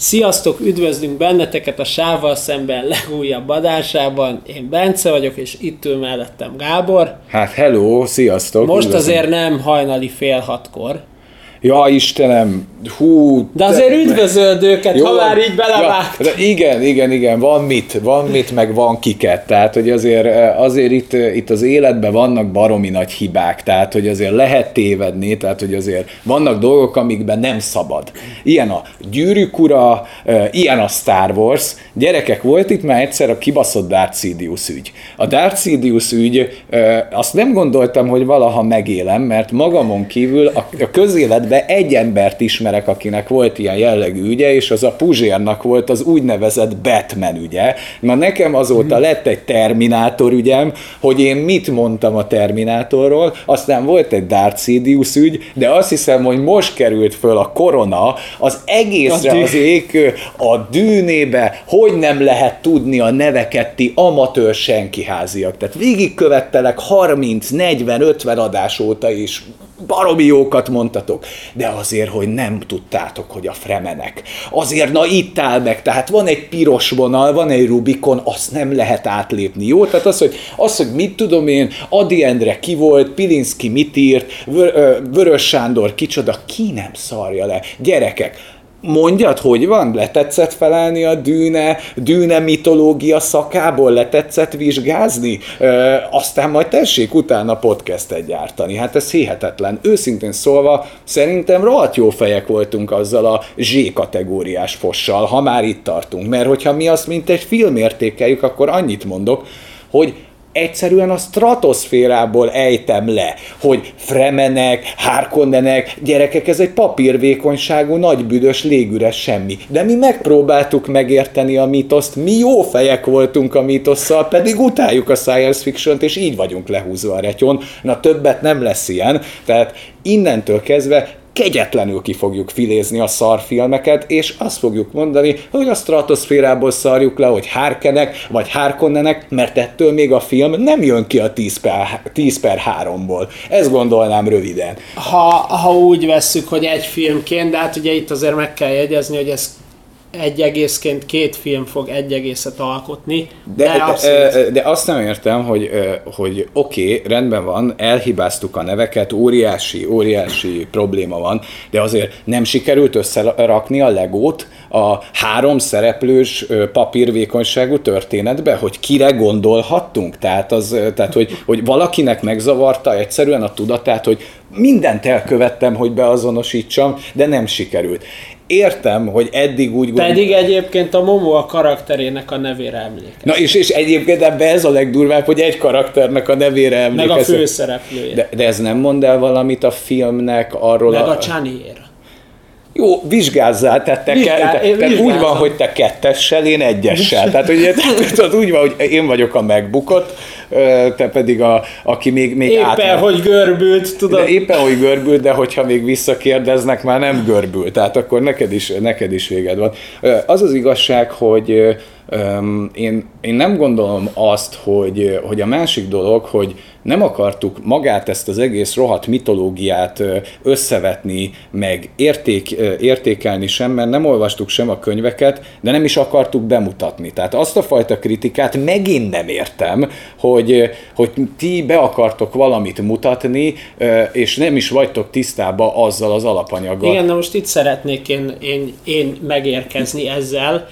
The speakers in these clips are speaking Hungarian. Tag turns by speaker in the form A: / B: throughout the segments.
A: Sziasztok, üdvözlünk benneteket a Sávval szemben legújabb adásában. Én Bence vagyok, és itt ül mellettem Gábor.
B: Hát hello, sziasztok!
A: Most azért nem hajnali 5:30-kor.
B: Ja, Istenem, hú...
A: De azért üdvözöld őket, jó, ha már így belevágt.
B: Ja, igen, van mit, meg van kiket. Tehát, hogy azért itt az életben vannak baromi nagy hibák. Tehát, hogy azért lehet tévedni, tehát, hogy azért vannak dolgok, amikben nem szabad. Ilyen a Gyűrűk ura, ilyen a Star Wars. Gyerekek, volt itt már egyszer a kibaszott Darth Sidious ügy. A Darth Sidious ügy, azt nem gondoltam, hogy valaha megélem, mert magamon kívül a közéletben egy embert ismerek, akinek volt ilyen jellegű ügye, és az a Puzsérnak volt az úgynevezett Batman ügye. Na nekem azóta lett egy Terminátor ügyem, hogy én mit mondtam a Terminátorról, aztán volt egy Darth Sidious ügy, de azt hiszem, hogy most került föl a korona, az egészre az égő, a Dűnébe, hogy nem lehet tudni a neveket ti amatőr senkiháziak. Tehát végigkövettelek 30, 40, 50 adás óta is, baromi jókat mondtatok, de azért, hogy nem tudtátok, hogy a Fremenek. Azért, na itt áll meg, tehát van egy piros vonal, van egy Rubikon, azt nem lehet átlépni, jó? Tehát az, hogy mit tudom én, Ady Endre ki volt, Pilinszky mit írt, Vörös Sándor kicsoda, ki nem szarja le. Gyerekek, mondjad, hogy van? Letetszett felállni a Dűne mitológia szakából? Letetszett vizsgázni? Aztán majd tessék utána podcastet gyártani. Hát ez hihetetlen. Őszintén szólva, szerintem rohadt jó fejek voltunk azzal a Z-kategóriás fossal, ha már itt tartunk. Mert hogyha mi azt mint egy film értékeljük, akkor annyit mondok, hogy egyszerűen a stratoszférából ejtem le, hogy Fremenek, Harkonnenek, gyerekek, ez egy papírvékonyságú, nagy büdös, légüres semmi. De mi megpróbáltuk megérteni a mítoszt, mi jó fejek voltunk a mítosszal, pedig utáljuk a science fiction-t, és így vagyunk lehúzva a retyon. Na többet nem lesz ilyen, tehát innentől kezdve kegyetlenül ki fogjuk filézni a szarfilmeket, és azt fogjuk mondani, hogy a stratoszférából szarjuk le, hogy Harkenek, vagy Harkonnenek, mert ettől még a film nem jön ki a 10/3-ból. Ezt gondolnám röviden.
A: Ha úgy vesszük, hogy egy filmként, de hát ugye itt azért meg kell jegyezni, hogy ez egy egészként két film fog egy egészet alkotni.
B: De azt nem értem, hogy oké, rendben van, elhibáztuk a neveket, óriási probléma van, de azért nem sikerült összerakni a Legót a 3 szereplős papírvékonyságú történetbe, hogy kire gondolhattunk? Tehát hogy valakinek megzavarta egyszerűen a tudatát, hogy mindent elkövettem, hogy beazonosítsam, de nem sikerült. Értem, hogy eddig úgy gondolom.
A: Pedig egyébként a Momoa karakterének a nevére emlékezett.
B: Na és egyébként ebben ez a legdurvább, hogy egy karakternek a nevére emlékezett.
A: Meg a főszereplője.
B: De ez nem mond el valamit a filmnek arról
A: meg a Csaniéra.
B: Jó, vizsgázzál, tehát úgy van, hogy te 2-essel, én 1-essel. Tehát úgy van, hogy én vagyok a megbukott, te pedig aki még
A: éppen, hogy görbült, tudod.
B: De éppen, hogy görbült, de hogyha még visszakérdeznek, már nem görbült. Tehát akkor neked is véged van. Az az igazság, hogy én nem gondolom azt, hogy a másik dolog, hogy nem akartuk magát ezt az egész rohadt mitológiát összevetni, meg értékelni sem, mert nem olvastuk sem a könyveket, de nem is akartuk bemutatni. Tehát azt a fajta kritikát megint nem értem, hogy ti be akartok valamit mutatni, és nem is vagytok tisztában azzal az alapanyaggal.
A: Igen, de most itt szeretnék én megérkezni ezzel,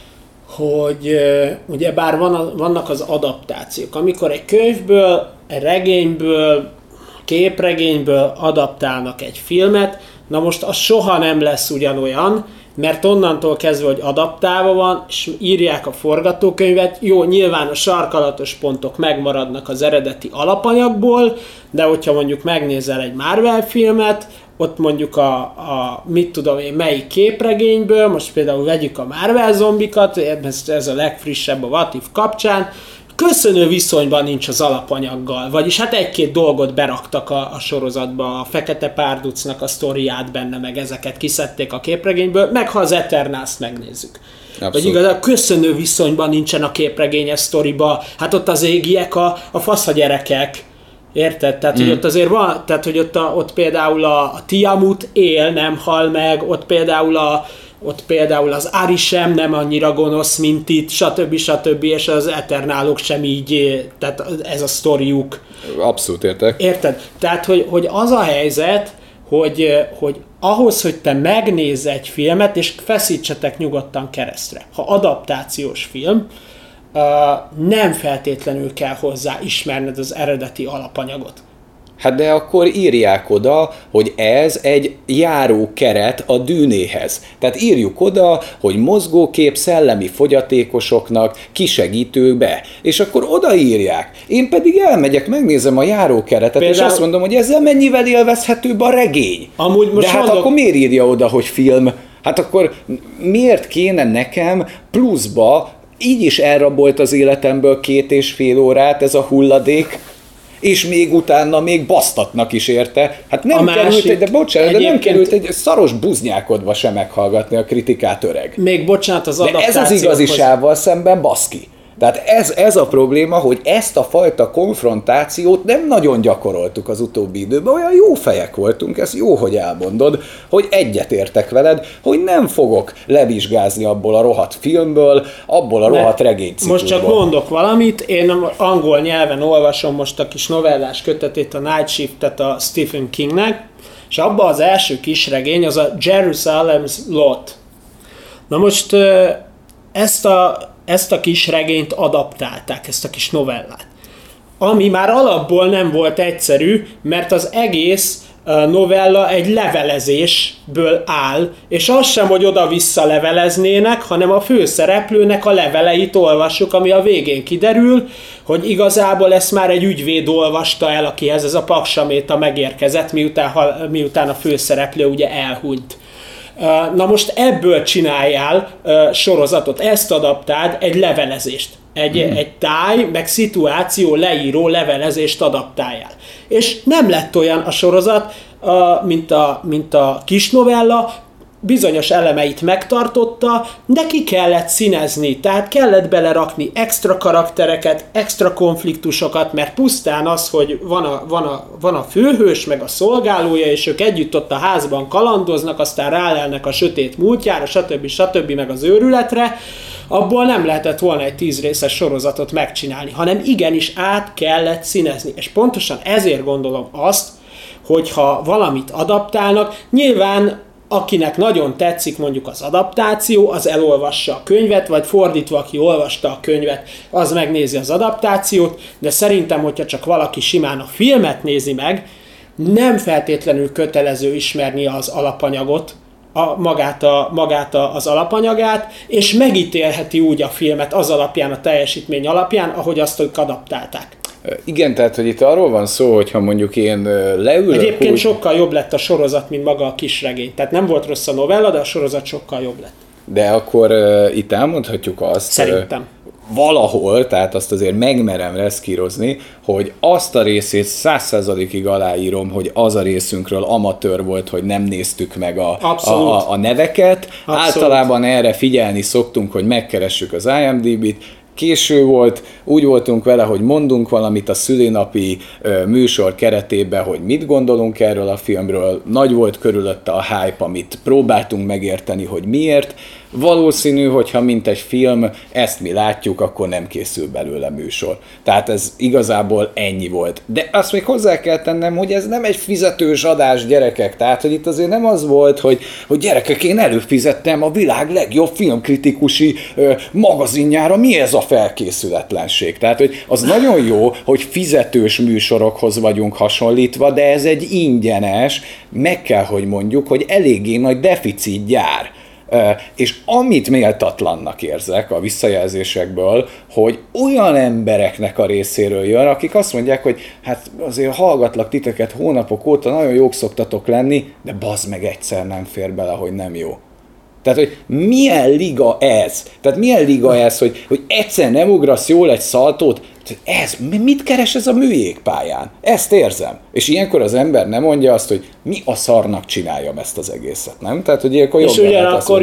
A: hogy ugyebár vannak az adaptációk, amikor egy könyvből, egy regényből, képregényből adaptálnak egy filmet, na most az soha nem lesz ugyanolyan, mert onnantól kezdve, hogy adaptálva van, és írják a forgatókönyvet, jó, nyilván a sarkalatos pontok megmaradnak az eredeti alapanyagból, de hogyha mondjuk megnézel egy Marvel filmet, ott mondjuk mit tudom én, melyik képregényből, most például vegyük a Marvel zombikat, ez a legfrissebb a What If kapcsán, köszönő viszonyban nincs az alapanyaggal, vagyis hát egy-két dolgot beraktak a sorozatba, a Fekete Párducnak a sztoriát benne, meg ezeket kiszedték a képregényből, meg ha az Eternals-t megnézzük. Abszolút. Vagy igazából köszönő viszonyban nincsen a képregényes sztoriba, hát ott az égiek a faszagyerekek, érted? Tehát, hogy ott azért van, tehát, hogy ott például a Tiamut él, nem hal meg, ott például ott például az Ari sem nem annyira gonosz, mint itt, stb. És az Eternálok sem így, tehát ez a sztoriuk.
B: Abszolút értek.
A: Érted? Tehát, hogy az a helyzet, hogy ahhoz, hogy te megnézz egy filmet, és feszítsetek nyugodtan keresztre. Ha adaptációs film, nem feltétlenül kell hozzá ismerned az eredeti alapanyagot.
B: Hát de akkor írják oda, hogy ez egy járókeret a Dűnéhez. Tehát írjuk oda, hogy mozgókép szellemi fogyatékosoknak kisegítő be. És akkor odaírják. Én pedig elmegyek, megnézem a járókeretet, és azt mondom, hogy ezzel mennyivel élvezhetőbb a regény.
A: Amúgy most
B: de hát akkor miért írja oda, hogy film? Hát akkor miért kéne nekem pluszba, így is elrabolt az életemből 2,5 órát ez a hulladék, és még utána még basztatnak is érte. Hát nem került de nem került egy szaros buznyákodva sem meghallgatni a kritikát, öreg.
A: Még bocsánat, az adaptációhoz.
B: De ez az igazisával szemben baszki. Tehát ez a probléma, hogy ezt a fajta konfrontációt nem nagyon gyakoroltuk az utóbbi időben, olyan jó fejek voltunk, ez jó, hogy elmondod, hogy egyetértek veled, hogy nem fogok levizsgázni abból a rohadt filmből, abból a rohadt regényciklusból.
A: Most csak mondok valamit, én angol nyelven olvasom most a kis novellás kötetét, a Night Shift-et a Stephen Kingnek, és abban az első kis regény, az a Jerusalem's Lot. Na most ezt a kis regényt adaptálták, ezt a kis novellát. Ami már alapból nem volt egyszerű, mert az egész novella egy levelezésből áll, és az sem, hogy oda-vissza leveleznének, hanem a főszereplőnek a leveleit olvassuk, ami a végén kiderül, hogy igazából ezt már egy ügyvéd olvasta el, akihez ez a paksaméta megérkezett, miután a főszereplő ugye elhunyt. Na most ebből csináljál sorozatot, ezt adaptáld, egy levelezést. Egy táj, meg szituáció leíró levelezést adaptáljál. És nem lett olyan a sorozat, mint a kis novella, bizonyos elemeit megtartotta, de ki kellett színezni, tehát kellett belerakni extra karaktereket, extra konfliktusokat, mert pusztán az, hogy van a főhős, meg a szolgálója, és ők együtt ott a házban kalandoznak, aztán rálelnek a sötét múltjára, stb. Meg az őrületre, abból nem lehetett volna egy 10 részes sorozatot megcsinálni, hanem igenis át kellett színezni. És pontosan ezért gondolom azt, hogyha valamit adaptálnak, nyilván akinek nagyon tetszik mondjuk az adaptáció, az elolvassa a könyvet, vagy fordítva, aki olvasta a könyvet, az megnézi az adaptációt, de szerintem, hogyha csak valaki simán a filmet nézi meg, nem feltétlenül kötelező ismerni az alapanyagot, magát az alapanyagát, és megítélheti úgy a filmet az alapján, a teljesítmény alapján, ahogy azt ők adaptálták.
B: Igen, tehát, hogy itt arról van szó, hogyha mondjuk én leülök...
A: Egyébként sokkal jobb lett a sorozat, mint maga a kisregény. Tehát nem volt rossz a novella, de a sorozat sokkal jobb lett.
B: De akkor itt elmondhatjuk azt...
A: Szerintem.
B: Valahol, tehát azt azért megmerem reszkírozni, hogy azt a részét 100%-ig aláírom, hogy az a részünkről amatőr volt, hogy nem néztük meg a neveket. Abszolút. Általában erre figyelni szoktunk, hogy megkeressük az IMDb-t, késő volt, úgy voltunk vele, hogy mondunk valamit a szülinapi műsor keretében, hogy mit gondolunk erről a filmről, nagy volt körülötte a hype, amit próbáltunk megérteni, hogy miért. Valószínű, hogyha mint egy film, ezt mi látjuk, akkor nem készül belőle műsor. Tehát ez igazából ennyi volt. De azt még hozzá kell tennem, hogy ez nem egy fizetős adás, gyerekek. Tehát, hogy itt azért nem az volt, hogy gyerekek, én előfizettem a világ legjobb filmkritikusi magazinjára, mi ez a felkészületlenség. Tehát, hogy az nagyon jó, hogy fizetős műsorokhoz vagyunk hasonlítva, de ez egy ingyenes, meg kell, hogy mondjuk, hogy eléggé nagy deficit gyár. És amit méltatlannak érzek a visszajelzésekből, hogy olyan embereknek a részéről jön, akik azt mondják, hogy hát azért hallgatlak titeket hónapok óta, nagyon jók szoktatok lenni, de bazd meg egyszer nem fér bele, hogy nem jó. Tehát, hogy milyen liga ez? Tehát milyen liga ez, hogy egyszer nem ugrasz jól egy szaltót, mit keres ez a műjégpályán? Ezt érzem. És ilyenkor az ember nem mondja azt, hogy mi a szarnak csináljam ezt az egészet, nem? Tehát, hogy ilyenkor
A: és ugyanakkor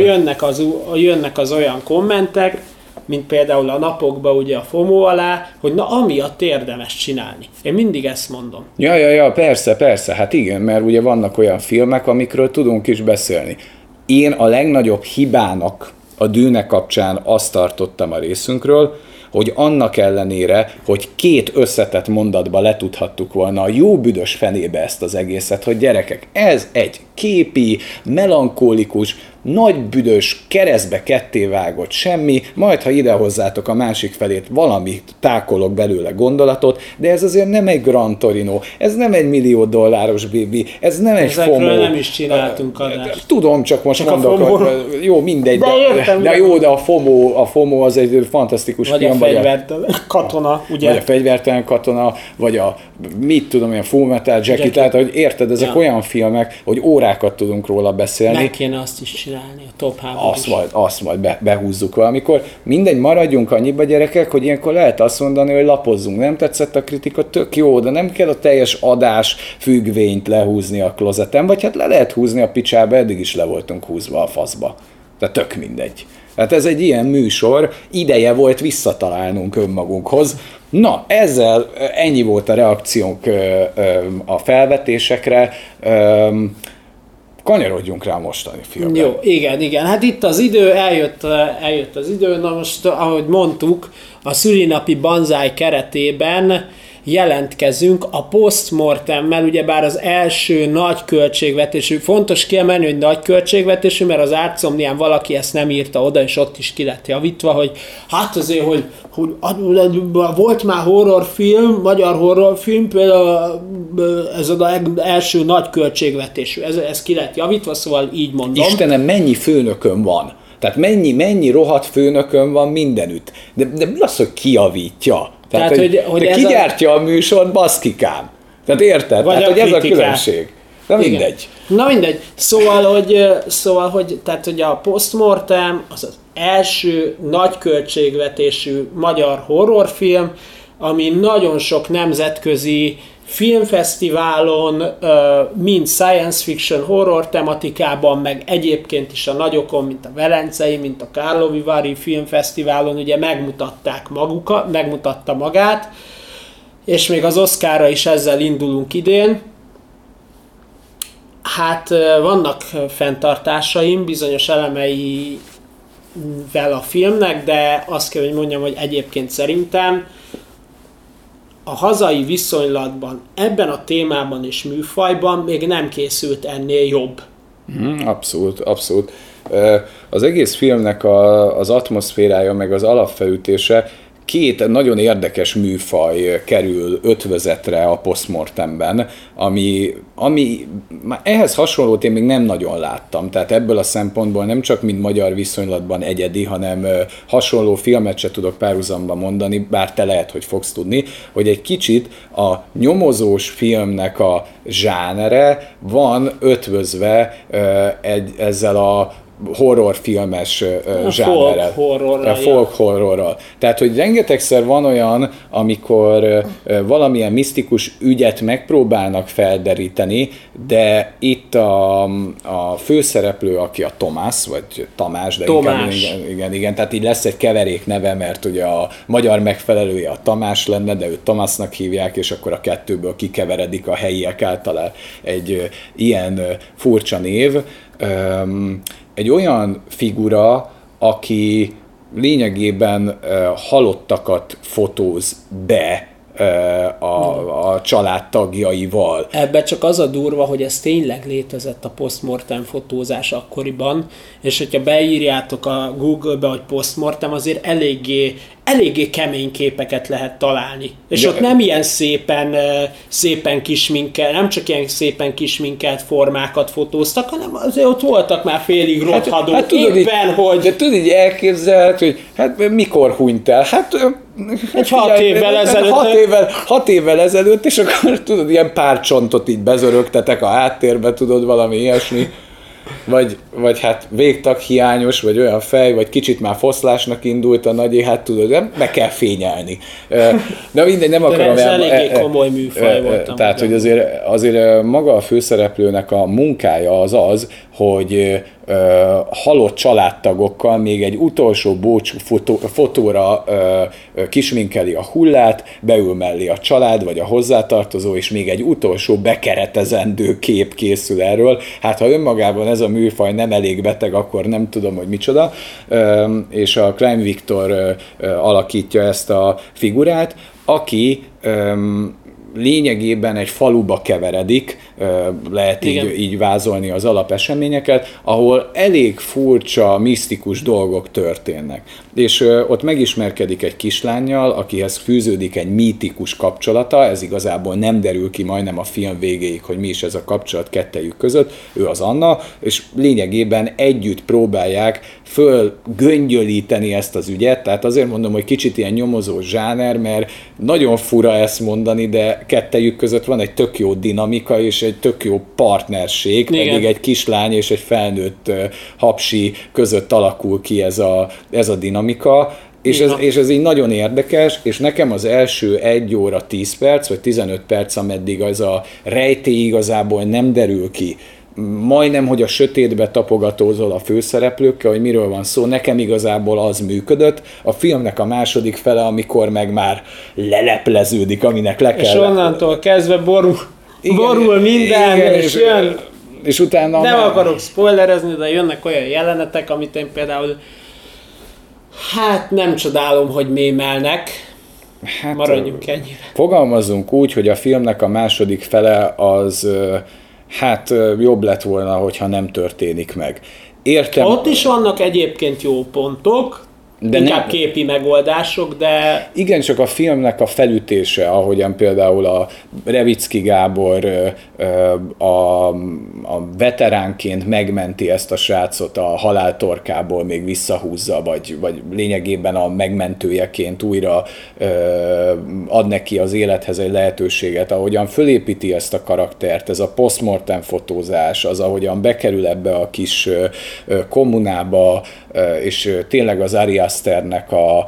A: jönnek az olyan kommentek, mint például a napokban ugye a FOMO alá, hogy na amiatt érdemes csinálni. Én mindig ezt mondom.
B: Ja, persze, hát igen, mert ugye vannak olyan filmek, amikről tudunk is beszélni. én a legnagyobb hibának a Dűne kapcsán azt tartottam a részünkről, hogy annak ellenére, hogy 2 összetett mondatba letudhattuk volna a jó büdös fenébe ezt az egészet, hogy gyerekek, ez egy képi, melankólikus, nagy büdös, keresztbe kettévágott semmi, majd ha idehozzátok a másik felét, valami tákolok belőle gondolatot, de ez azért nem egy Gran Torino, ez nem egy $1 millió baby, ez nem egy FOMO.
A: Ezekről nem is csináltunk adást.
B: Tudom, csak most csak mondok, jó, mindegy, de a FOMO az egy fantasztikus
A: vagy
B: film.
A: Vagy a fegyvertelen katona, ugye?
B: Vagy a fegyvertelen katona, vagy a mit tudom, ilyen Full Metal Jacket, tehát hogy érted, ezek olyan filmek, hogy órákat tudunk róla beszélni.
A: Meg kéne azt is csinálni, a top háborús.
B: Azt majd behúzzuk valamikor. Mindegy, maradjunk annyiba, gyerekek, hogy ilyenkor lehet azt mondani, hogy lapozzunk. Nem tetszett a kritika, tök jó, de nem kell a teljes adás függvényt lehúzni a klozeten, vagy hát le lehet húzni a picsába, eddig is le voltunk húzva a faszba. Tehát tök mindegy. Tehát ez egy ilyen műsor, ideje volt visszatalálnunk önmagunkhoz. Na, ezzel ennyi volt a reakciónk a felvetésekre. Kanyarodjunk rá a mostani filmre.
A: Jó, igen. Hát itt az idő, eljött az idő. Na most, ahogy mondtuk, a szülinapi banzáj keretében jelentkezünk a Postmortemmel, ugyebár az első nagy költségvetésű, fontos kiemelni, hogy nagy költségvetésű, mert az Árcomnián valaki ezt nem írta oda, és ott is ki lett javítva, hogy hát azért, hogy volt már horrorfilm, magyar horrorfilm, például ez az első nagy költségvetésű, ez ki lett javítva, szóval így mondom.
B: Istenem, mennyi főnökön van? Tehát mennyi rohadt főnökön van mindenütt? De mi az, hogy kijavítja? Tehát, hogy ki gyártja a műsort, baszkikám. Tehát érted?
A: Vagy
B: tehát, hogy ez a különbség. Na mindegy.
A: Na mindegy. Szóval, hogy a Postmortem az első nagy költségvetésű magyar horrorfilm, ami nagyon sok nemzetközi filmfesztiválon, mind science fiction horror tematikában, meg egyébként is a nagyokon, mint a Velencei, mint a Karlovy Vary filmfesztiválon ugye megmutatta magát, és még az Oscarra is ezzel indulunk idén. Hát vannak fenntartásaim bizonyos elemeivel a filmnek, de azt kell, hogy mondjam, hogy egyébként szerintem a hazai viszonylatban, ebben a témában és műfajban még nem készült ennél jobb.
B: Abszolút. Az egész filmnek az atmoszférája, meg az alapfelütése, 2 nagyon érdekes műfaj kerül ötvözetre a Postmortemben, ami ehhez hasonlót én még nem nagyon láttam. Tehát ebből a szempontból nem csak mint magyar viszonylatban egyedi, hanem hasonló filmet se tudok párhuzamban mondani, bár te lehet, hogy fogsz tudni, hogy egy kicsit a nyomozós filmnek a zsánere van ötvözve ezzel a horrorfilmes zsánerrel. Folk horrorral. Tehát, hogy rengetegszer van olyan, amikor valamilyen misztikus ügyet megpróbálnak felderíteni, de itt a főszereplő, aki a Tomás, vagy Tamás, de
A: Tomás.
B: Igen, tehát így lesz egy keverék neve, mert ugye a magyar megfelelője a Tamás lenne, de őt Tomásnak hívják, és akkor a kettőből kikeveredik a helyiek által egy ilyen furcsa név. Egy olyan figura, aki lényegében halottakat fotóz be a családtagjaival.
A: Ebben csak az a durva, hogy ez tényleg létezett a postmortem fotózás akkoriban, és hogyha beírjátok a Google-be, hogy postmortem, azért eléggé kemény képeket lehet találni. És ott nem ilyen szépen kisminkelt, nem csak ilyen szépen kisminkelt formákat fotóztak, hanem azért ott voltak már félig rothadók. Hát tudod éppen, hogy...
B: De tudod így elképzelhet, hogy hát mikor hunyt el? Hát...
A: Egy 6 évvel ezelőtt.
B: 6 évvel ezelőtt, és akkor tudod, ilyen pár csontot így bezörögtetek a háttérbe, tudod, valami ilyesmi. Vagy hát végtag hiányos, vagy olyan fej, vagy kicsit már foszlásnak indult a nagyé, hát tudod, be kell fényelni. De mindegy, nem akarom...
A: De ez eléggé komoly műfaj volt.
B: Tehát, hogy azért maga a főszereplőnek a munkája az, hogy halott családtagokkal még egy utolsó búcsú fotóra kisminkeli a hullát, beül mellé a család vagy a hozzátartozó, és még egy utolsó bekeretezendő kép készül erről. Hát ha önmagában ez a műfaj nem elég beteg, akkor nem tudom, hogy micsoda. És a Crime Victor alakítja ezt a figurát, aki lényegében egy faluba keveredik, lehet így vázolni az alapeseményeket, ahol elég furcsa, misztikus dolgok történnek. És ott megismerkedik egy kislánnyal, akihez fűződik egy mítikus kapcsolata, ez igazából nem derül ki majdnem a film végéig, hogy mi is ez a kapcsolat kettejük között, ő az Anna, és lényegében együtt próbálják fölgöngyölíteni ezt az ügyet, tehát azért mondom, hogy kicsit ilyen nyomozó zsáner, mert nagyon fura ezt mondani, de kettejük között van egy tök jó dinamika, és egy tök jó partnerség, igen. Pedig egy kislány és egy felnőtt hapsi között alakul ki ez a dinamika, és ez így nagyon érdekes, és nekem az első 1 óra 10 perc, vagy 15 perc, ameddig az a rejtély igazából nem derül ki, majdnem, hogy a sötétbe tapogatózol a főszereplőkkel, hogy miről van szó, nekem igazából az működött. A filmnek a második fele, amikor meg már lelepleződik, aminek le kell...
A: És onnantól kezdve borul minden, igen, és jön...
B: És utána...
A: Nem akarok spoilerezni, de jönnek olyan jelenetek, amit én például... Hát nem csodálom, hogy mémelnek. Hát, maradjunk ennyire.
B: Fogalmazzunk úgy, hogy a filmnek a második fele az... Hát jobb lett volna, hogyha nem történik meg. Értem.
A: Ott is vannak egyébként jó pontok, de inkább képi megoldások, de...
B: Igen, csak a filmnek a felütése, ahogyan például a Revicki Gábor a veteránként megmenti ezt a srácot a halál torkából, még visszahúzza, vagy lényegében a megmentőjeként újra ad neki az élethez egy lehetőséget, ahogyan fölépíti ezt a karaktert, ez a postmortem fotózás, az ahogyan bekerül ebbe a kis kommunába, és tényleg az Ari Asternek a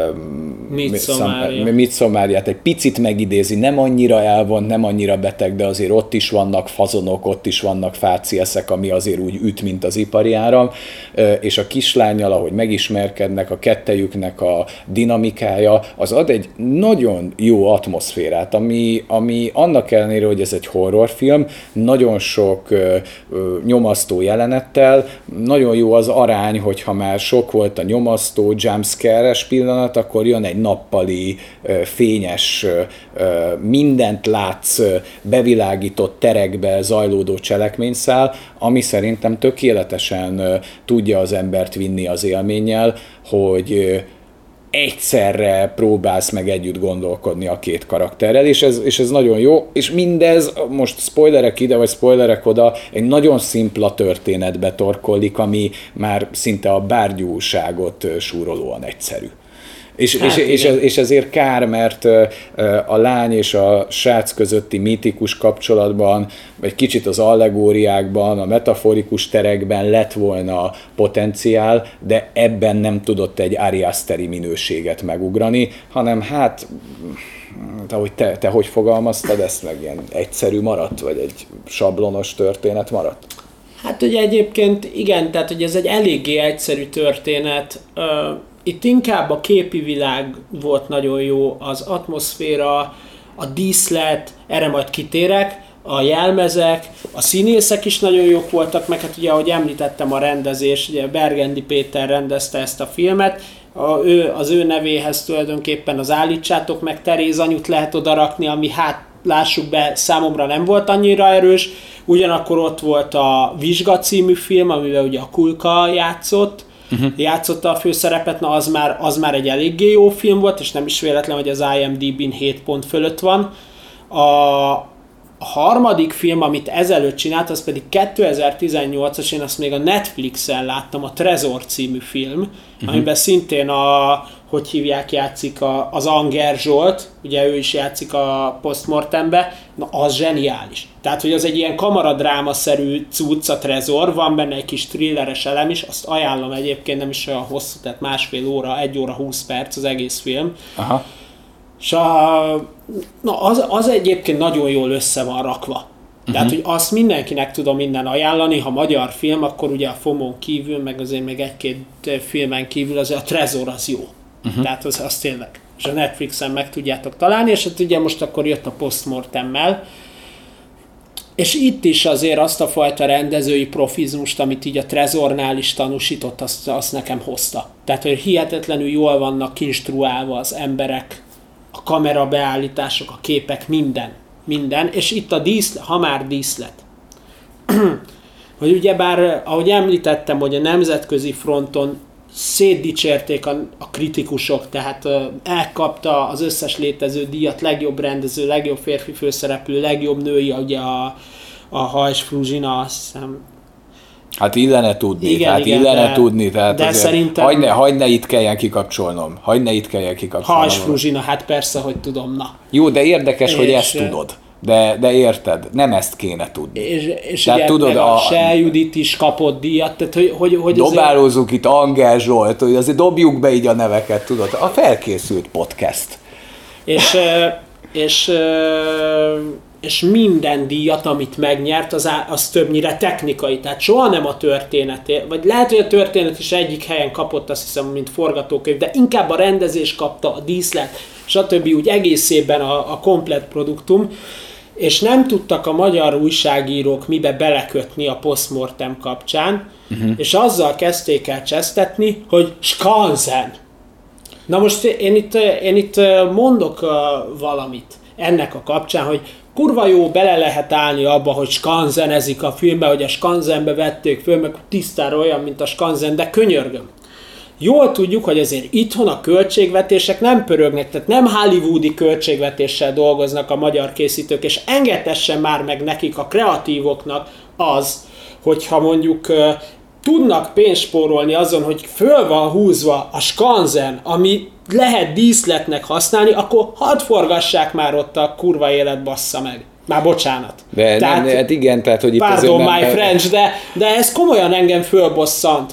B: Midsommárját egy picit megidézi, nem annyira elvont, nem annyira beteg, de azért ott is vannak fazonok, ott is vannak fácieszek, ami azért úgy üt, mint az ipari áram, és a kislánnyal, ahogy megismerkednek, a kettejüknek a dinamikája, az ad egy nagyon jó atmoszférát, ami annak ellenére, hogy ez egy horrorfilm, nagyon sok nyomasztó jelenettel, nagyon jó az arány, hogyha már sok volt a nyomasztó, jumpscare-es pillanat, akkor jön egy nappali, fényes, mindent látsz, bevilágított terekbe zajlódó cselekményszál, ami szerintem tökéletesen tudja az embert vinni az élménnyel, hogy egyszerre próbálsz meg együtt gondolkodni a két karakterrel, és ez nagyon jó, és mindez, most spoilerek ide, vagy spoilerek oda, egy nagyon szimpla történetbe torkollik, ami már szinte a bárgyúságot súrolóan egyszerű. És ezért kár, mert a lány és a srác közötti mítikus kapcsolatban, egy kicsit az allegóriákban, a metaforikus terekben lett volna potenciál, de ebben nem tudott egy Ari Asteri minőséget megugrani, hanem hát, ahogy te hogy fogalmaztad, ezt meg ilyen egyszerű maradt, vagy egy sablonos történet maradt?
A: Hát ugye egyébként igen, tehát hogy ez egy eléggé egyszerű történet. Itt inkább a képi világ volt nagyon jó, az atmoszféra, a díszlet, erre majd kitérek, a jelmezek, a színészek is nagyon jók voltak, meg hát ugye, ahogy említettem, a rendezés, ugye Bergendi Péter rendezte ezt a filmet, az ő nevéhez tulajdonképpen az Állítsátok meg Teréz anyut lehet odarakni, ami hát lássuk be, számomra nem volt annyira erős, ugyanakkor ott volt a Vizsga című film, amivel ugye a Kulka játszotta a főszerepet, na az már egy eléggé jó film volt, és nem is véletlen, hogy az IMDb-n 7 pont fölött van. A harmadik film, amit ezelőtt csinált, az pedig 2018-as, én azt még a Netflixen láttam, a Trezor című film, amiben szintén hogy hívják, játszik az Anger Zsolt, ugye ő is játszik a Postmortembe, na az zseniális. Tehát, hogy az egy ilyen kamaradráma-szerű cucc, a Trezor, van benne egy kis thrilleres elem is, azt ajánlom egyébként, nem is olyan hosszú, tehát 1,5 óra, 1 óra 20 perc az egész film. Aha. És az egyébként nagyon jól össze van rakva. Tehát, hogy azt mindenkinek tudom innen ajánlani, ha magyar film, akkor ugye a FOMO-n kívül, meg azért még egy-két filmen kívül azért a Trezor az jó. Tehát az tényleg. És a Netflixen meg tudjátok találni, és hát ugye most akkor jött a Postmortemmel, és itt is azért azt a fajta rendezői profizmust, amit így a Trezornál is tanúsított, azt nekem hozta. Tehát, hogy hihetetlenül jól vannak kinstruálva az emberek, a kamerabeállítások, a képek, minden. És itt a díszlet, ha már díszlet. Hogy ugyebár, ahogy említettem, hogy a nemzetközi fronton szétdicsérték a kritikusok, tehát elkapta az összes létező díjat, legjobb rendező, legjobb férfi főszereplő, legjobb női, ugye a Hajs Fruzsina, azt hiszem.
B: Hát illene tudni, tudni, tehát
A: de szerintem...
B: hagyd ne itt kelljen kikapcsolnom.
A: Hajs Fruzsina, hát persze, hogy tudom, na.
B: Jó, de érdekes, hogy ezt tudod. De érted, nem ezt kéne tudni.
A: És tehát ugye tudod, a Se Judit is kapott díjat, tehát hogy
B: dobálózzuk itt Angel Zsolt, hogy azért dobjuk be így a neveket, tudod, a felkészült podcast.
A: És minden díjat, amit megnyert, az többnyire technikai, tehát soha nem a történeté, vagy lehet, hogy a történet is egyik helyen kapott, azt hiszem, mint forgatókönyv, de inkább a rendezés kapta, a díszlet, stb. Úgy egészében a komplett produktum, és nem tudtak a magyar újságírók mibe belekötni a Postmortem kapcsán, és azzal kezdték el csesztetni, hogy skanzen. Na most én itt mondok valamit ennek a kapcsán, hogy kurva jó bele lehet állni abba, hogy skanzenezik a filmbe, hogy a skanzenbe vették föl, meg tisztára olyan, mint a skanzen, de könyörgöm. Jól tudjuk, hogy azért itthon a költségvetések nem pörögnek, tehát nem hollywoodi költségvetéssel dolgoznak a magyar készítők, és engedtessen már meg nekik, a kreatívoknak az, hogyha mondjuk tudnak pénzt spórolni azon, hogy föl van húzva a skanzen, ami lehet díszletnek használni, akkor hadd forgassák már ott a kurva élet, bassza meg. Már bocsánat.
B: Hát igen, tehát hogy itt
A: pardon my French, de ez komolyan engem fölbosszant,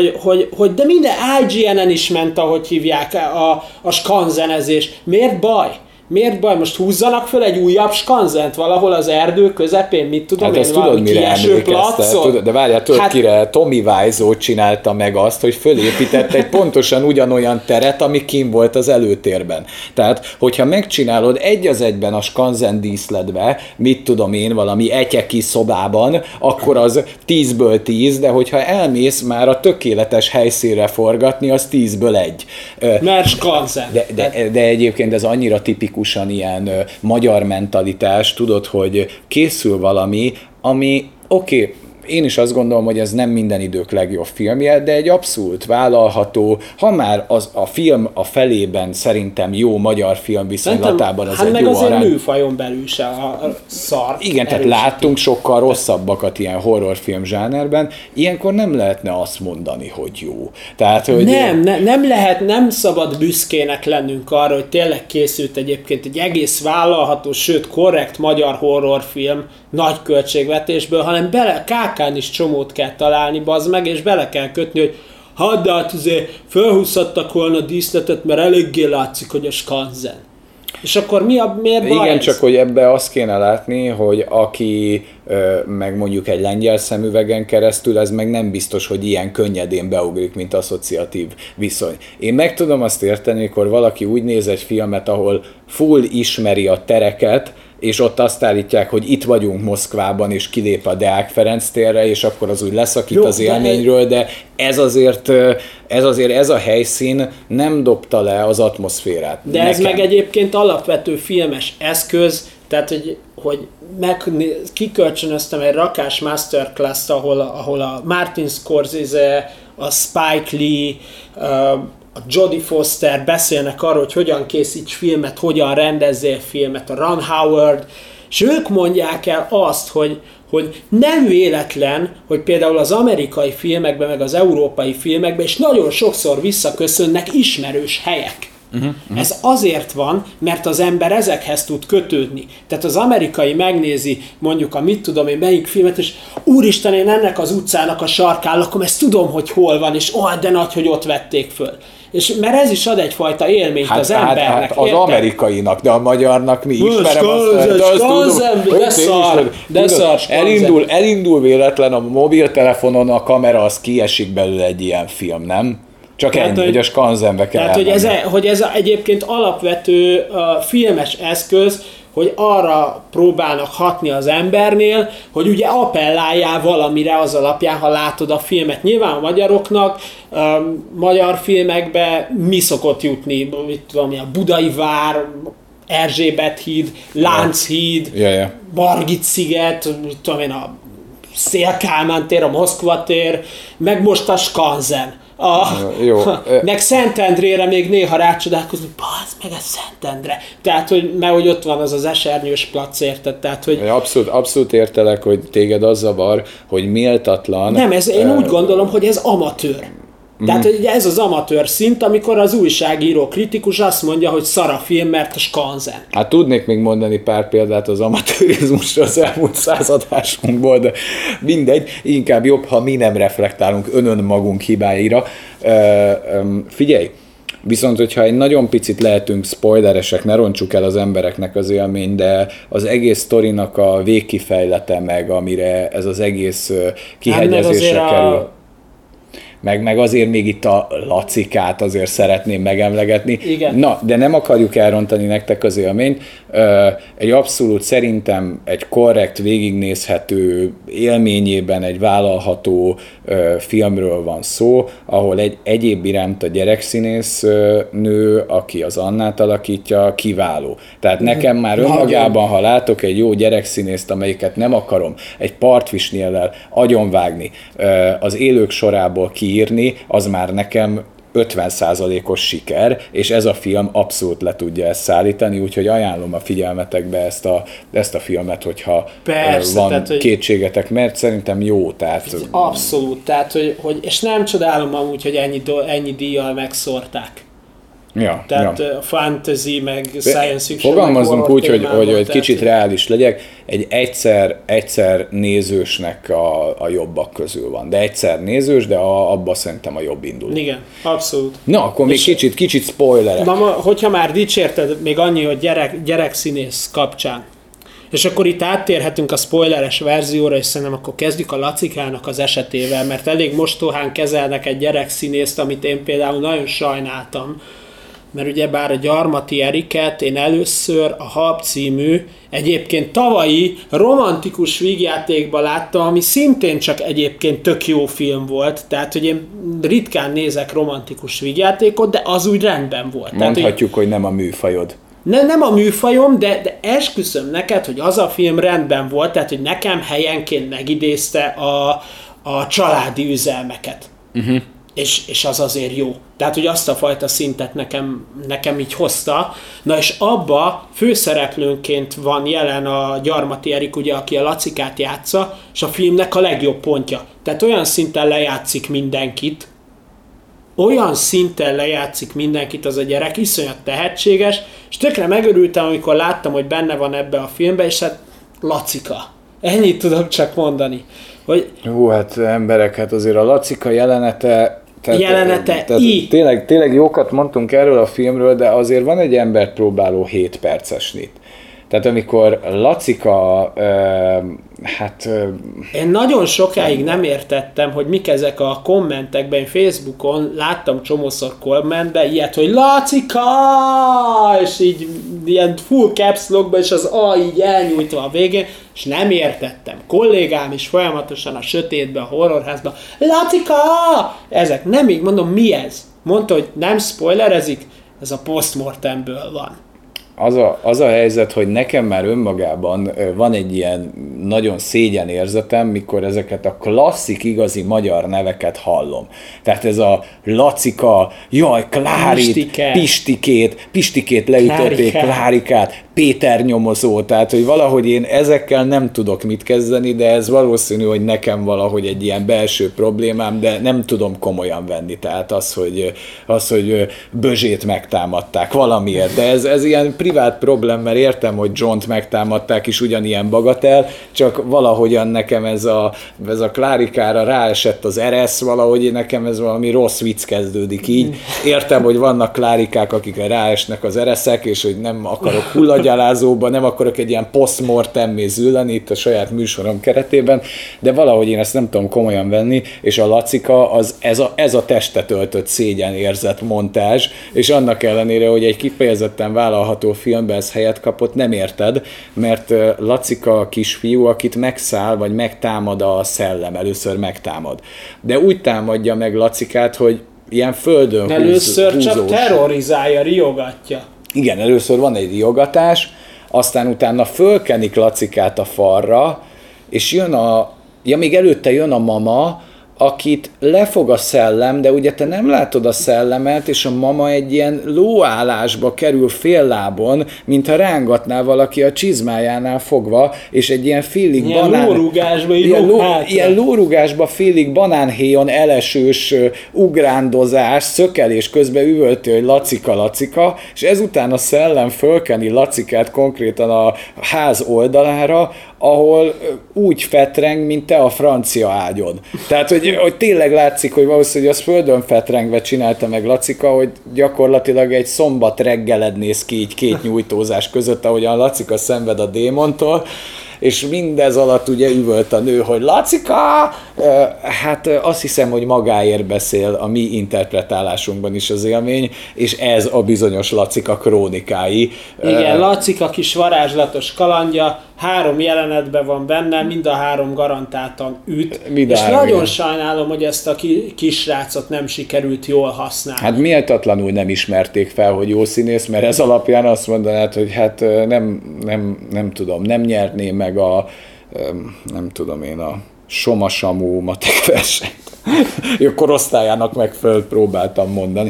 A: hogy de minden IGN-en is ment, ahogy hívják a skanzenezés. Miért baj? Most húzzanak föl egy újabb skanzent valahol az erdő közepén, mit tudom
B: hát
A: én, valami kieső placot?
B: De várjál, kire Tommy Wiseau csinálta meg azt, hogy fölépített egy pontosan ugyanolyan teret, ami kim volt az előtérben. Tehát, hogyha megcsinálod egy az egyben a skanzen díszletbe, mit tudom én, valami etyeki szobában, akkor az 10-ből 10, de hogyha elmész már a tökéletes helyszínre forgatni, az 10-ből 1.
A: Mert skanzen.
B: De egyébként ez annyira tipikus, ilyen magyar mentalitás, tudod, hogy készül valami, ami oké, én is azt gondolom, hogy ez nem minden idők legjobb filmje, de egy abszolút vállalható, ha már a film a felében szerintem jó magyar film viszonylatában az egy jó arány.
A: Hát meg azért műfajon belül se a szar.
B: Igen, tehát láttunk sokkal rosszabbakat ilyen horrorfilm zsánerben, ilyenkor nem lehetne azt mondani, hogy jó. Tehát, hogy
A: nem lehet, nem szabad büszkének lennünk arra, hogy tényleg készült egyébként egy egész vállalható, sőt korrekt magyar horrorfilm nagy költségvetésből, hanem Kákán is csomót kell találni, bazd meg, és bele kell kötni, hogy de hát azért felhúzhattak volna a díszletet, mert eléggé látszik, hogy a skanzen. És akkor miért baj?
B: Igen, csak hogy ebbe azt kéne látni, hogy aki meg mondjuk egy lengyel szemüvegen keresztül, ez meg nem biztos, hogy ilyen könnyedén beugrik, mint asszociatív viszony. Én meg tudom azt érteni, amikor valaki úgy néz egy filmet, ahol full ismeri a tereket, és ott azt állítják, hogy itt vagyunk Moszkvában, és kilép a Deák Ferenc térre, és akkor az úgy leszakít az élményről, de ez a helyszín nem dobta le az atmoszférát.
A: De nekem. Ez meg egyébként alapvető filmes eszköz, tehát hogy kikölcsönöztem egy rakás masterclass-t, ahol a Martin Scorsese, a Spike Lee, a Jodie Foster beszélnek arról, hogy hogyan készíts filmet, hogyan rendezzél filmet, a Ron Howard, és ők mondják el azt, hogy nem véletlen, hogy például az amerikai filmekben, meg az európai filmekben is nagyon sokszor visszaköszönnek ismerős helyek. Ez azért van, mert az ember ezekhez tud kötődni. Tehát az amerikai megnézi mondjuk a mit tudom én melyik filmet, és úristen, én ennek az utcának a sarkán lakom, ezt tudom, hogy hol van, és de nagy, hogy ott vették föl. És mert ez is ad egyfajta élményt az embernek.
B: Hát az amerikainak, de a magyarnak mi ismerem azt. Elindul véletlen a mobiltelefonon, a kamera, az kiesik belőle egy ilyen film, nem? Csak ennyi, hogy a skanzenbe kell
A: tehát, hogy ez egyébként alapvető filmes eszköz, hogy arra próbálnak hatni az embernél, hogy ugye appelláljál valamire az alapján, ha látod a filmet. Nyilván a magyaroknak magyar filmekbe mi szokott jutni, mit tudom, a Budai vár, Erzsébet híd, Lánchíd, Margit-sziget, mit tudom én, a Széll-Kálmán tér, a Moszkva tér, meg most a Skanzen. Meg Szentendrére még néha rácsodálkozni, bazd meg a Szentendre. Tehát, mert hogy ott van az az esernyős plac, érted? Tehát, hogy...
B: Abszolút értelek, hogy téged az zavar, hogy méltatlan.
A: Nem, én úgy gondolom, hogy ez amatőr. Tehát ugye ez az amatőr szint, amikor az újságíró kritikus azt mondja, hogy szar a film, mert a Skanzen.
B: Hát tudnék még mondani pár példát az amatőrizmusra az elmúlt századásunkból, de mindegy, inkább jobb, ha mi nem reflektálunk önmagunk hibáira. Figyelj, viszont hogyha egy nagyon picit lehetünk spoileresek, ne rontsuk el az embereknek az élményt, de az egész sztorinak a végkifejlete meg, amire ez az egész kihegyezésre kerül. Meg azért még itt a Lacikát azért szeretném megemlegetni.
A: Igen.
B: Na, de nem akarjuk elrontani nektek az élményt. Egy abszolút szerintem egy korrekt, végignézhető élményében egy vállalható filmről van szó, ahol egy egyéb iránt a gyerekszínész nő, aki az Annát alakítja, kiváló. Tehát nekem már önmagában, ha látok egy jó gyerekszínészt, amelyiket nem akarom egy partvisnyéllel agyonvágni, az élők sorából kiírni, az már nekem 50%-os siker, és ez a film abszolút le tudja ezt szállítani, úgyhogy ajánlom a figyelmetekbe ezt a filmet, hogyha
A: persze,
B: van
A: tehát,
B: kétségetek, mert szerintem jó. Tehát...
A: Abszolút, tehát, hogy és nem csodálom amúgy, hogy ennyi díjjal megszórták.
B: Ja,
A: tehát a fantasy, meg science fiction.
B: Fogalmazunk úgy, hogy egy kicsit reális legyek, egy egyszer nézősnek a jobbak közül van. De egyszer nézős, de abban szerintem a jobb indul.
A: Igen, abszolút.
B: Na, akkor még kicsit spoilerek.
A: Na, hogyha már dicsérted, még annyi, hogy gyerekszínész kapcsán. És akkor itt áttérhetünk a spoileres verzióra, és szerintem akkor kezdjük a Lacikának az esetével, mert elég mostohán kezelnek egy gyerekszínészt, amit én például nagyon sajnáltam. Mert ugyebár a Gyarmati Eriket én először a Hab című, egyébként tavalyi romantikus vígjátékban láttam, ami szintén csak egyébként tök jó film volt, tehát hogy én ritkán nézek romantikus vígjátékot, de az úgy rendben volt.
B: Mondhatjuk, hogy nem a műfajod.
A: Nem a műfajom, de esküszöm neked, hogy az a film rendben volt, tehát hogy nekem helyenként megidézte a családi üzelmeket. És az azért jó. Tehát, hogy azt a fajta szintet nekem így hozta. Na és abba főszereplőnként van jelen a Gyarmati Erik, ugye, aki a Lacikát játsza, és a filmnek a legjobb pontja. Tehát olyan szinten lejátszik mindenkit az a gyerek, iszonyat tehetséges, és tökre megörültem, amikor láttam, hogy benne van ebbe a filmbe, és hát Lacika. Ennyit tudom csak mondani. Hogy
B: hát emberek, hát azért a Lacika jelenete tényleg jókat mondtunk erről a filmről, de azért van egy embert próbáló 7 perces nyit. Tehát amikor Lacika,
A: Én nagyon sokáig nem értettem, hogy mik ezek a kommentekben, Facebookon láttam csomószor kommentben ilyet, hogy Lacika! És így ilyen full caps lockban, és az A így elnyújtva a végén, és nem értettem. Kollégám is folyamatosan a sötétben, a horrorházban, Lacika! Ezek nem így mondom, mi ez? Mondta, hogy nem spoilerezik, ez a postmortemből van.
B: Az a helyzet, hogy nekem már önmagában van egy ilyen nagyon szégyen érzetem, mikor ezeket a klasszik igazi magyar neveket hallom. Tehát ez a Lacika, jaj, Klárit, Pistikét leütötték, Klárikát, Péter nyomozó, tehát hogy valahogy én ezekkel nem tudok mit kezdeni, de ez valószínű, hogy nekem valahogy egy ilyen belső problémám, de nem tudom komolyan venni, tehát az, hogy Bözsét megtámadták valamiért, de ez ilyen privát problém, mert értem, hogy Johnt megtámadták is ugyanilyen bagatel, csak valahogyan nekem ez a Klárikára ráesett az eresz, valahogy nekem ez valami rossz vicc kezdődik így. Értem, hogy vannak Klárikák, akikre ráesnek az ereszek, és hogy nem akarok hullagyalázóba, nem akarok egy ilyen post-mortemmé zülleni itt a saját műsorom keretében, de valahogy én ezt nem tudom komolyan venni, és a Lacika ez a testet öltött szégyenérzet montázs, és annak ellenére, hogy egy kifejezetten vállalható filmben ez helyet kapott, nem érted, mert Lacika a kisfiú, akit megszáll, vagy megtámad a szellem, először megtámad. De úgy támadja meg Lacikát, hogy ilyen földön
A: először
B: húzós.
A: Csak terrorizálja, riogatja.
B: Igen, először van egy riogatás, aztán utána fölkenik Lacikát a falra, és még előtte jön a mama, akit lefog a szellem, de ugye te nem látod a szellemet, és a mama egy ilyen lóállásba kerül fél lábon, mintha rángatná valaki a csizmájánál fogva, és egy ilyen félig
A: ilyen
B: lórugásba félig banánhéjon elesős ugrándozás, szökelés közben üvöltő, hogy Lacika, és ezután a szellem fölkeni Lacikát konkrétan a ház oldalára, ahol úgy fetreng, mint te a francia ágyon. Tehát, hogy tényleg látszik, hogy valószínűleg az földön fetrengve csinálta meg Lacika, hogy gyakorlatilag egy szombat reggeled néz ki így két nyújtózás között, ahogyan Lacika szenved a démontól, és mindez alatt ugye üvölt a nő, hogy Lacika! Hát azt hiszem, hogy magáért beszél a mi interpretálásunkban is az élmény, és ez a bizonyos Lacika krónikái.
A: Igen, Lacika kis varázslatos kalandja, 3 jelenetben van benne, mind a 3 garantáltan üt, és nagyon sajnálom, hogy ezt a kisrácot nem sikerült jól használni.
B: Hát méltatlanul nem ismerték fel, hogy jó színész, mert ez alapján azt mondanád, hogy hát nem tudom, nem nyerné meg a Soma-Samu matek versenyt. Jó, korosztályának megfelelőt próbáltam mondani.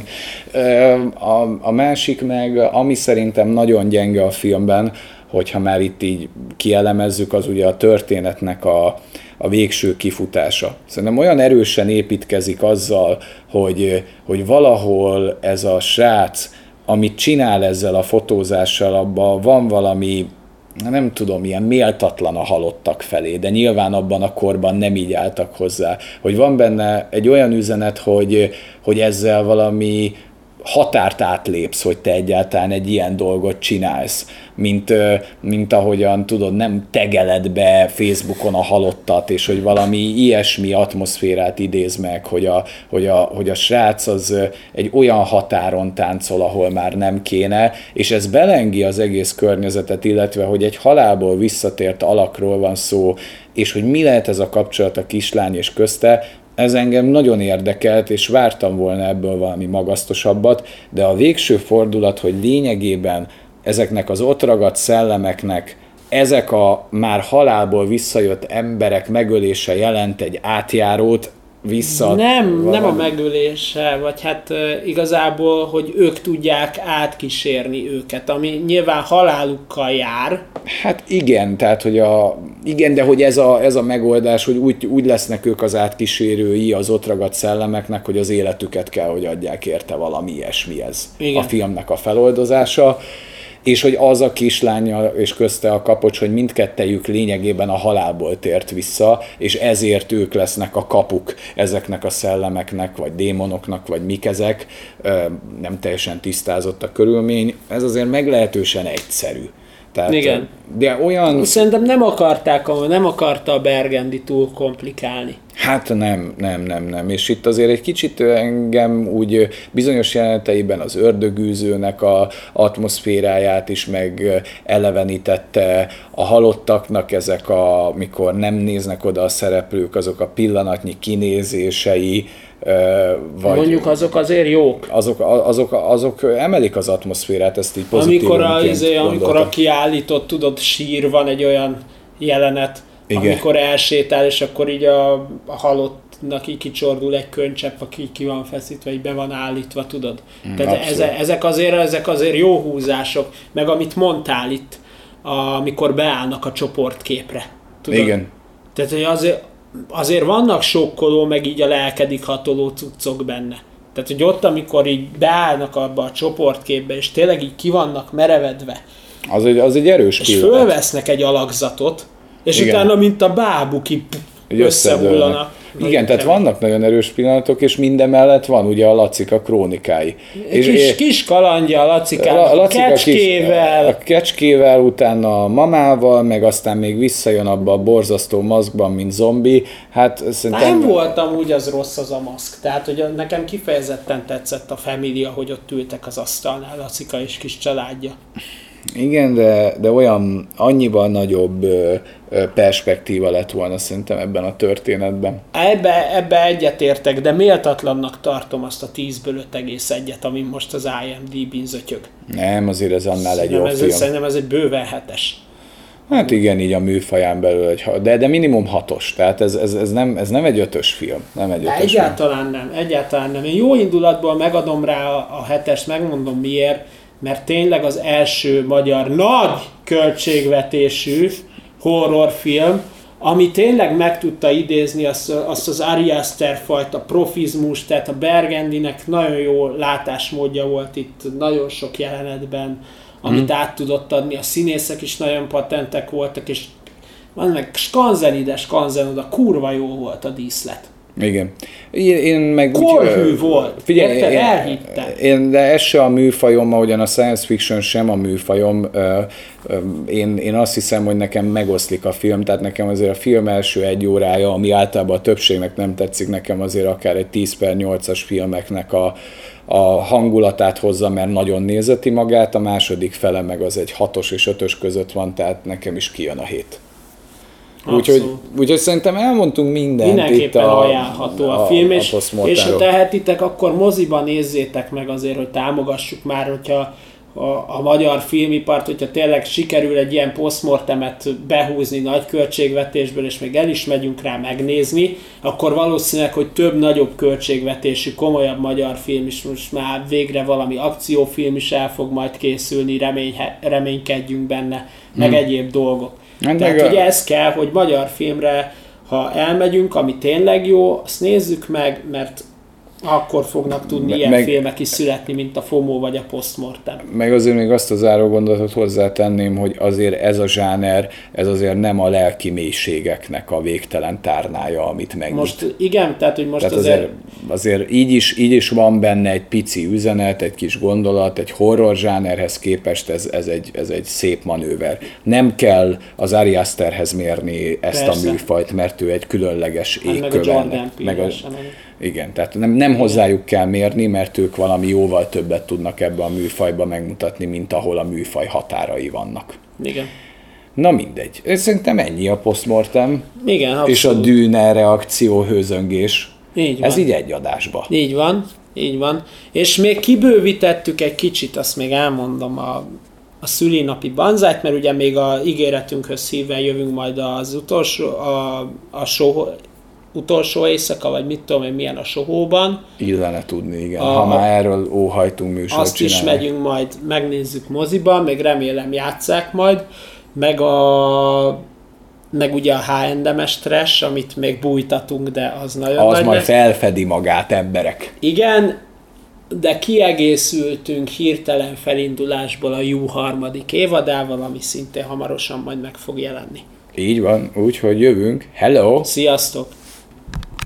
B: A másik meg, ami szerintem nagyon gyenge a filmben, hogyha már itt így kielemezzük, az ugye a történetnek a végső kifutása. Szerintem olyan erősen építkezik azzal, hogy valahol ez a srác, amit csinál ezzel a fotózással, abban van valami, nem tudom, ilyen méltatlan a halottak felé, de nyilván abban a korban nem így álltak hozzá. Hogy van benne egy olyan üzenet, hogy ezzel valami határt átlépsz, hogy te egyáltalán egy ilyen dolgot csinálsz, mint ahogyan tudod, nem tegeled be Facebookon a halottat, és hogy valami ilyesmi atmoszférát idéz meg, hogy a srác az egy olyan határon táncol, ahol már nem kéne, és ez belengi az egész környezetet, illetve hogy egy halálból visszatért alakról van szó, és hogy mi lehet ez a kapcsolat a kislány és közte. Ez engem nagyon érdekelt, és vártam volna ebből valami magasztosabbat, de a végső fordulat, hogy lényegében ezeknek az ott ragadt szellemeknek ezek a már halálból visszajött emberek megölése jelent egy átjárót vissza.
A: Nem a megölése, vagy hát igazából, hogy ők tudják átkísérni őket, ami nyilván halálukkal jár.
B: Hát igen, tehát hogy igen, de hogy ez a megoldás, hogy úgy lesznek ők az átkísérői az ott ragadt szellemeknek, hogy az életüket kell, hogy adják érte, valami ilyesmi ez. Igen. A filmnek a feloldozása. És hogy az a kislánya és közte a kapocs, hogy mindkettejük lényegében a halálból tért vissza, és ezért ők lesznek a kapuk ezeknek a szellemeknek, vagy démonoknak, vagy mik ezek, nem teljesen tisztázott a körülmény. Ez azért meglehetősen egyszerű. Tehát,
A: igen.
B: De olyan...
A: Szerintem nem akarta a Burgundy túl komplikálni.
B: Hát nem. És itt azért egy kicsit engem úgy bizonyos jeleneteiben az ördögűzőnek a atmoszféráját is meg elevenítette, a halottaknak ezek mikor nem néznek oda a szereplők, azok a pillanatnyi kinézései, vagy
A: mondjuk azok azért jók.
B: Azok emelik az atmoszférát, ezt így pozitívunként
A: amikor a kiállított, tudod, sír, van egy olyan jelenet, igen. Amikor elsétál, és akkor így a halott állatnak így kicsordul egy könycsepp, aki ki van feszítve, így be van állítva, tudod? Tehát ezek azért jó húzások, meg amit mondtál itt, amikor beállnak a csoportképre. Tudod?
B: Igen.
A: Tehát hogy azért vannak sokkoló, meg így a lelkedik hatoló cuccok benne. Tehát, hogy ott, amikor így beállnak abba a csoportképbe, és tényleg így ki vannak merevedve,
B: az egy erős
A: és
B: pillanat.
A: fölvesznek egy alakzatot, és
B: igen.
A: Utána, mint a bábuk, így összehullanak.
B: Igen, tehát vannak nagyon erős pillanatok, és minden mellett van ugye a Lacika krónikái.
A: Kis kalandja a Lacikának, a kecskével.
B: A kecskével, utána a mamával, meg aztán még visszajön abba a borzasztó maszkban, mint zombi. Hát szerintem...
A: Nem voltam úgy az rossz az a maszk. Tehát, hogy nekem kifejezetten tetszett a família, hogy ott ültek az asztalnál, Lacika és kis családja.
B: Igen, de olyan annyival nagyobb perspektíva lett volna szerintem ebben a történetben.
A: Ebbe egyetértek, de méltatlannak tartom azt a 10-ből 5,1-et, ami most az IMDb-n zötyög.
B: Nem, azért ez annál egy jobb film.
A: Szerintem ez egy bőven 7-es.
B: Hát igen, így a műfaján belül, de minimum 6-os, tehát ez nem egy 5-ös film. Nem egy 5-ös
A: egyáltalán nem. Én jó indulatból megadom rá a 7-est, megmondom miért, mert tényleg az első magyar nagy költségvetésű horrorfilm, ami tényleg meg tudta idézni azt az Ari Aster fajta profizmus, tehát a Burgundynek nagyon jó látásmódja volt itt nagyon sok jelenetben, amit át tudott adni, a színészek is nagyon patentek voltak, és meg skanzen-oda, kurva jó volt a díszlet.
B: Igen. Én meg
A: korhű volt. Figyelj, elhittem.
B: De ez se a műfajom, ahogyan a science fiction sem a műfajom. Én azt hiszem, hogy nekem megoszlik a film, tehát nekem azért a film első 1 órája, ami általában a többségnek nem tetszik, nekem azért akár egy 10/8-as filmeknek a hangulatát hozza, mert nagyon nézeti magát, a második fele meg az egy 6-os és 5-ös között van, tehát nekem is kijön a 7. Úgyhogy szerintem elmondtunk mindent.
A: Mindenképpen itt ajánlható a film, és ha tehetitek, akkor moziban nézzétek meg azért, hogy támogassuk már, hogyha a magyar filmipart, hogyha tényleg sikerül egy ilyen posztmortemet behúzni nagy költségvetésből, és még el is megyünk rá megnézni, akkor valószínűleg, hogy több nagyobb költségvetésű, komolyabb magyar film is most már végre valami akciófilm is el fog majd készülni, reménykedjünk benne, meg egyéb dolgok. Tehát ugye ez kell, hogy magyar filmre, ha elmegyünk, ami tényleg jó, azt nézzük meg, mert akkor fognak tudni ilyen filmek is születni, mint a FOMO vagy a Postmortem.
B: Meg azért még azt a záró gondolatot hozzátenném, hogy azért ez a zsáner, ez azért nem a lelki mélységeknek a végtelen tárnája, amit megnyit.
A: Most igen, tehát hogy most
B: tehát azért így is van benne egy pici üzenet, egy kis gondolat, egy horror zsánerhez képest ez egy szép manőver. Nem kell az Ari Asterhez mérni ezt Persze. a műfajt, mert ő egy különleges égköven. Igen, tehát nem hozzájuk kell mérni, mert ők valami jóval többet tudnak ebbe a műfajba megmutatni, mint ahol a műfaj határai vannak.
A: Igen.
B: Na mindegy. Szerintem ennyi a Postmortem.
A: Igen, abszolút.
B: És a Dűne reakció, hőzöngés.
A: Így van.
B: Ez így egy adásba.
A: Így van. És még kibővítettük egy kicsit, azt még elmondom a szülinapi banzájt, mert ugye még a ígéretünkhöz hívvel jövünk majd az utolsó, a show, utolsó éjszaka, vagy mit tudom én, milyen a Sohóban.
B: Illene tudni, igen. Ha már erről óhajtunk műsort
A: azt csinálni. Is megyünk majd, megnézzük moziba, még remélem játsszák majd, meg ugye a H&M-es trash, amit még bújtatunk, de az nagyon
B: az
A: nagy
B: majd
A: lesz.
B: felfedi magát emberek.
A: Igen, de kiegészültünk hirtelen felindulásból a You harmadik évadával, ami szintén hamarosan majd meg fog jelenni.
B: Így van, úgyhogy jövünk. Hello!
A: Sziasztok!